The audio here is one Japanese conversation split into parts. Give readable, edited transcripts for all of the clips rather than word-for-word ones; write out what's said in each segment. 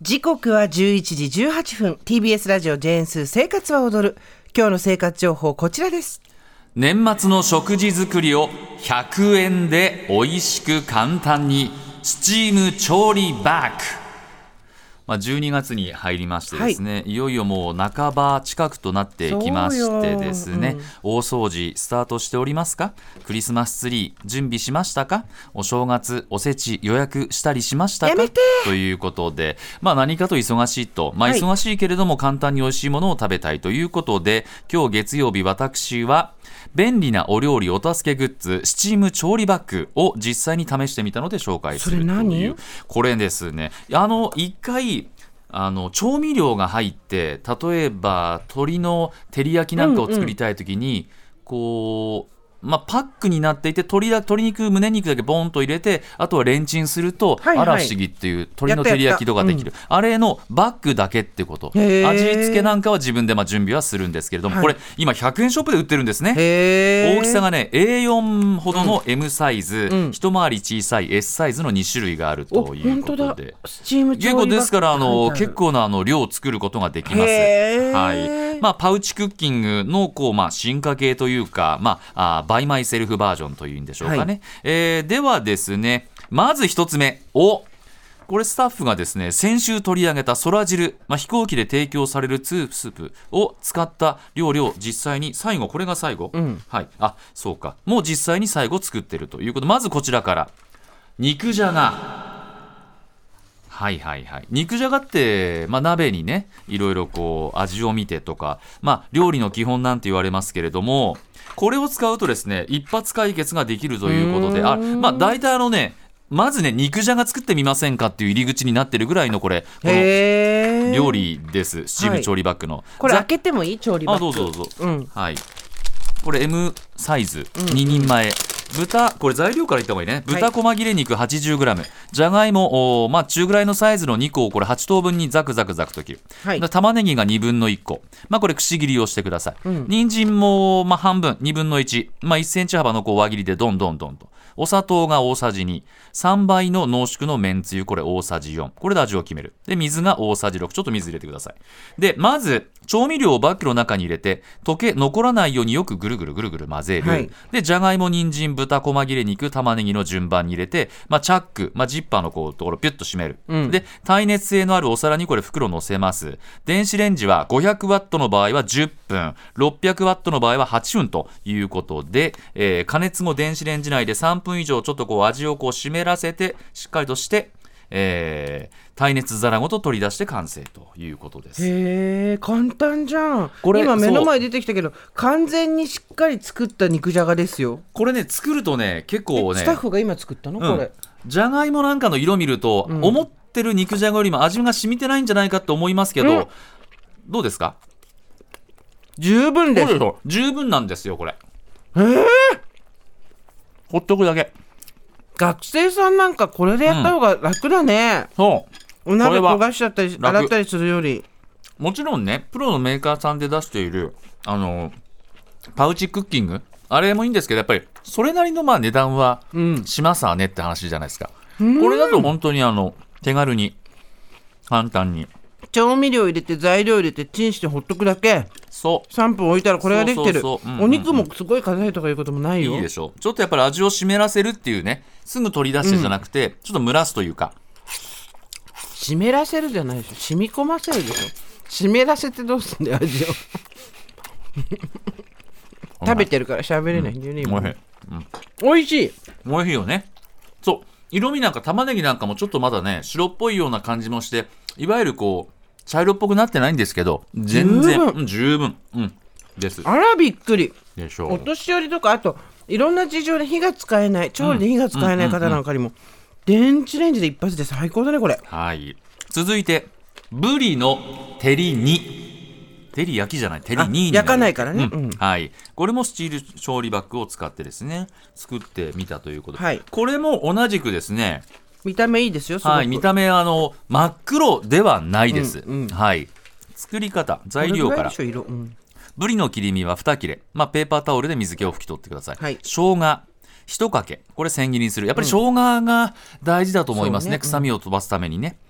時刻は11時18分 TBS ラジオジェーンスー生活は踊る。今日の生活情報こちらです。 年末の食事作りを100円で美味しく簡単にスチーム調理バッグ。12月に入りましてですね、いよいよもう半ば近くとなってきましてですね、大掃除スタートしておりますか？クリスマスツリー準備しましたか？お正月おせち予約したりしましたか？ということで、何かと忙しいと、忙しいけれども簡単に美味しいものを食べたいということで、今日月曜日私は便利なお料理お助けグッズスチーム調理バッグを実際に試してみたので紹介するという。これですね、一回調味料が入って、例えば鶏の照り焼きなんかを作りたいときに、パックになっていて鶏肉胸肉だけボンと入れて、あとはレンチンすると、あら不思議っていう鶏の照り焼きとかできる、あれのバッグだけってこと。味付けなんかは自分で準備はするんですけれども、これ今100円ショップで売ってるんですね。大きさがね A4 ほどの M サイズ、一回り小さい S サイズの2種類があるということで、 スチーム調理バッグ結構ですから結構な量を作ることができます。パウチクッキングの進化系というか、バイマイセルフバージョンというんでしょうかね。ではですね、まず一つ目、これスタッフがですね先週取り上げたそら汁、飛行機で提供されるスープを使った料理を実際に最後、これが最後、そうか、もう実際に最後作ってるということ。まずこちらから、肉じゃが。肉じゃがって、鍋にねいろいろ味を見てとか、料理の基本なんて言われますけれども、これを使うとですね一発解決ができるということで、大体まずね肉じゃが作ってみませんかっていう入り口になってるぐらいのこの料理です。スチーム調理バッグの、 これ開けてもいい？調理バッグ。 どうぞ。これ M サイズ2人前、豚、これ材料からいった方がいいね。豚細切れ肉 80g、 じゃがいも中ぐらいのサイズの2個をこれ8等分にザクザクと切る、玉ねぎが2分の1個、これくし切りをしてください。人参も半分2分の1、1センチ幅の輪切りでどんどんと。お砂糖が大さじ2、3倍の濃縮のめんつゆ、これ大さじ4、これで味を決める。で水が大さじ6、ちょっと水入れてください。でまず調味料をバッグの中に入れて溶け残らないようによくぐるぐる混ぜる、でじゃがいも、人参、豚細切れ肉、玉ねぎの順番に入れて、チャック、ジッパーのところピュッと閉める、で耐熱性のあるお皿にこれ袋乗せます。電子レンジは500ワットの場合は10分、600ワットの場合は8分ということで、加熱後電子レンジ内で3分以上ちょっと味を湿らせてしっかりとして、耐熱皿ごと取り出して完成ということです。 簡単じゃん。今目の前出てきたけど、完全にしっかり作った肉じゃがですよ。 これね作るとね結構ね、 スタッフが今作ったの、これじゃがいもなんかの色見ると、思ってる肉じゃがよりも味が染みてないんじゃないかと思いますけど、どうですか？ 十分です。 十分なんですよこれ。ほっとくだけ。 学生さんなんかこれでやった方が楽だね。お鍋焦がしちゃったり洗ったりするより。 もちろんねプロのメーカーさんで出しているパウチクッキング、あれもいいんですけど、やっぱりそれなりの値段はしますわねって話じゃないですか。これだと本当に手軽に簡単に調味料入れて材料入れてチンしてほっとくだけ。3分置いたらこれができてる。お肉もすごい硬いとかいうこともないよ。 いいでしょ。ちょっとやっぱり味を湿らせるっていうね、すぐ取り出してじゃなくて、ちょっと蒸らすというか。 湿らせるじゃないでしょ、染み込ませるでしょ。湿らせてどうすんだよ味を食べてるから喋れないんだよね、今。おいしい。 おいしいよね。色味なんか玉ねぎなんかもちょっとまだね白っぽいような感じもして、いわゆる茶色っぽくなってないんですけど、全然十分です。 あらびっくりでしょう。 お年寄りとか、あといろんな事情で火が使えない、調理で火が使えない方なんかにも電子レンジで一発で最高だねこれ。 続いてブリの照り煮。照り焼きじゃない、照り煮になる。 焼かないからね。 これもスチール調理バッグを使ってですね作ってみたということで、これも同じくですね見た目いいですよ。すごく見た目真っ黒ではないです。作り方、材料から。ブリの切り身は2切れ、ペーパータオルで水気を拭き取ってください。生姜1かけ、これ千切りにする。やっぱり生姜が大事だと思いますね。臭みを飛ばすためにね。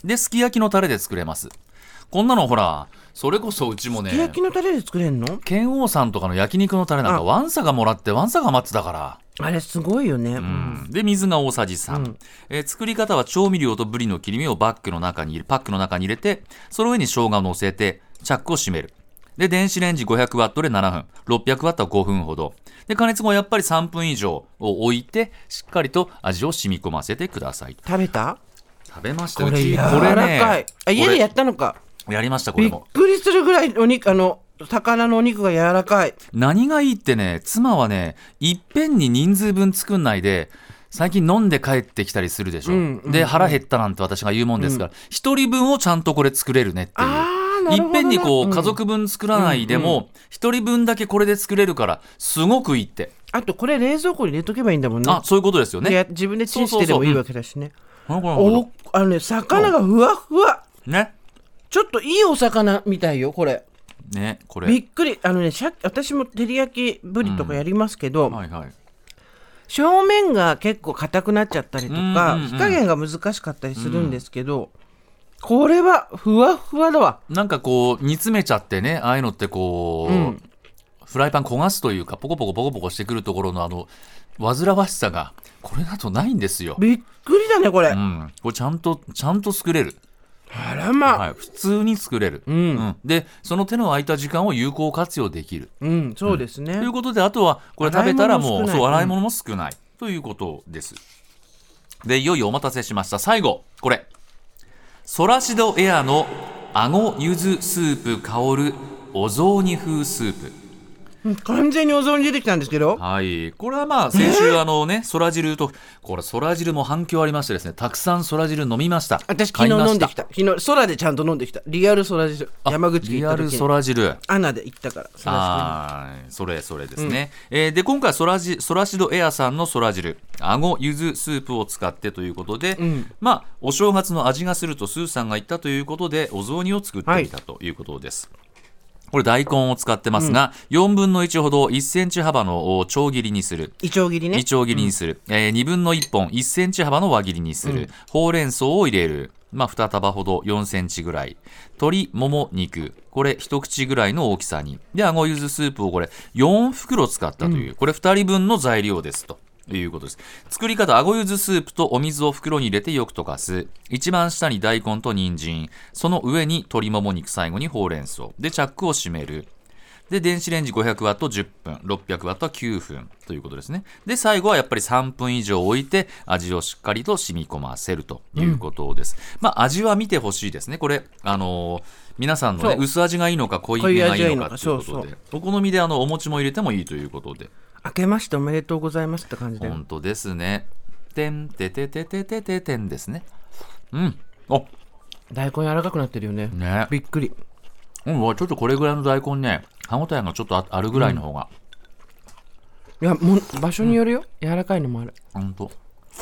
ですき焼きのタレで作れます。こんなのほらそれこそうちもね、 すき焼きのタレで作れんの？ 剣王さんとかの焼肉のタレなんかワンサがもらってワンサが待ってたから。 あれすごいよね、 で水が大さじ3、作り方は調味料とブリの切り身をパックの中に入れて、その上に生姜を乗せてチャックを閉める。で電子レンジ500ワットで7分、600ワットは5分ほどで、加熱後やっぱり3分以上を置いてしっかりと味を染み込ませてください。 食べた？ 食べました。 これうち柔らかい、 ね、 家でやったのか。 やりました。これもびっくりするぐらいお肉、魚のお肉が柔らかい。 何がいいってね、妻はねいっぺんに人数分作んないで最近飲んで帰ってきたりするでしょ、で腹減ったなんて私が言うもんですから、一人分をちゃんとこれ作れるねっていう。いっぺんにこう家族分作らないでも一人分だけこれで作れるからすごくいいって。 あとこれ冷蔵庫に入れとけばいいんだもんね。 そういうことですよね。 自分でチンしてでもいいわけだしね。魚がふわふわ、 ね、 ちょっといいお魚みたいよこれね。これびっくり。私も照り焼きブリとかやりますけど、表面が結構硬くなっちゃったりとか、火加減が難しかったりするんですけど、これはふわふわだわ。 なんかこう煮詰めちゃってね、ああいうのってこう、フライパン焦がすというかポコポコポコポコしてくるところの煩わしさがこれだとないんですよ。 びっくりだねこれ。 これちゃんと作れる。 あらま、 普通に作れる、でその手の空いた時間を有効活用できる、 そうですね、 ということで、あとはこれ食べたらもう洗い物も少ない、ということです。でいよいよお待たせしました。最後これソラシドエアのあごゆずスープ香るお雑煮風スープ。 完全にお雑煮出てきたんですけど、 これはまあ先週そら汁と、これそら汁も反響ありましてですね、たくさんそら汁飲みました。 私昨日飲んできた。昨日空でちゃんと飲んできた。リアルそら汁、山口県行った時にリアルそら汁アナで行ったから。 それですね、で今回ソラシドエアさんのそら汁あごゆずスープを使ってということで、まあお正月の味がするとスーさんが言ったということでお雑煮を作ってみたということです。これ大根を使ってますが、4分の1ほど1センチ幅の丁切りにする。 いちょう切りね。 いちょう切りにする。2分の1本1センチ幅の輪切りにする。ほうれん草を入れる。2束ほど4センチぐらい。鶏もも肉。これ一口ぐらいの大きさに。で、あごゆずスープをこれ4袋使ったという、これ2人分の材料ですということです。作り方、あごゆずスープとお水を袋に入れてよく溶かす。一番下に大根と人参、その上に鶏もも肉、最後にほうれん草でチャックを閉める。で電子レンジ500ワット10分、600ワットは9分ということですね。で最後はやっぱり3分以上置いて味をしっかりと染み込ませるということです。味は見てほしいですね。これ皆さんの、ね、薄味がいいのか濃いめがいいのかということで、お好みでお餅も入れてもいいということで、 明けましておめでとうございますって感じで。 本当ですね。てんてててててててんですね。 大根柔らかくなってるよね。びっくり。 ちょっとこれぐらいの大根ね、歯ごたえがちょっとあるぐらいの方が、 いやもう場所によるよ、柔らかいのもある。 本当。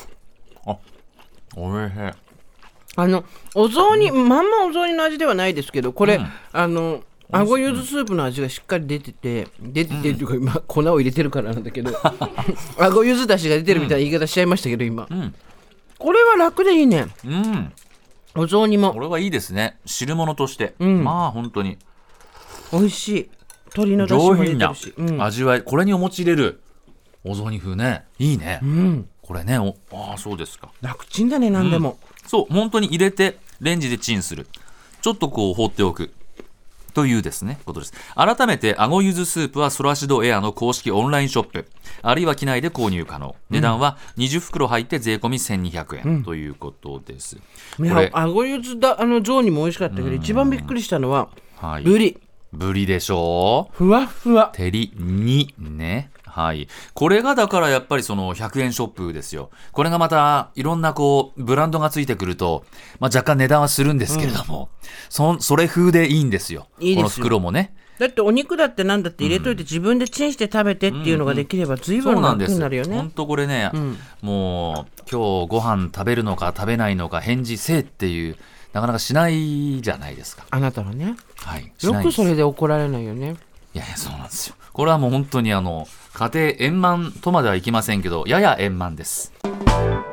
おいしい。 お雑煮、まんまお雑煮の味ではないですけど、これ、あごゆずスープの味がしっかり出ててっていうか、今粉を入れてるからなんだけどあごゆずだしが出てるみたいな言い方しちゃいましたけど今、これは楽でいいね。お雑煮もこれはいいですね、汁物として。まあ本当に美味しい。鶏の出汁も入れてるし、 上品な味わい。これにお餅入れるお雑煮風ね、いいね。これね、そうですか。 楽ちんだね、何でも。 そう本当に入れてレンジでチンする、ちょっとこう放っておくというですねことです。改めてあごゆずスープはソラシドエアの公式オンラインショップあるいは機内で購入可能。値段は20袋入って税込み1200円ということです。 あごゆず雑煮も美味しかったけど、一番びっくりしたのはブリでしょう。 ふわふわ照りにね。これがだからやっぱりその100円ショップですよ。これがまたいろんなこうブランドがついてくると、若干値段はするんですけれども、それ風でいいんですよ。この袋もね。だってお肉だってなんだって入れといて、自分でチンして食べてっていうのができれば随分楽になるよね。 本当これね、もう今日ご飯食べるのか食べないのか返事せえっていうなかなかしないじゃないですか。 あなたはね、よくそれで怒られないよね。 いやそうなんですよ。これはもう本当に家庭円満とまではいきませんけど、やや円満です。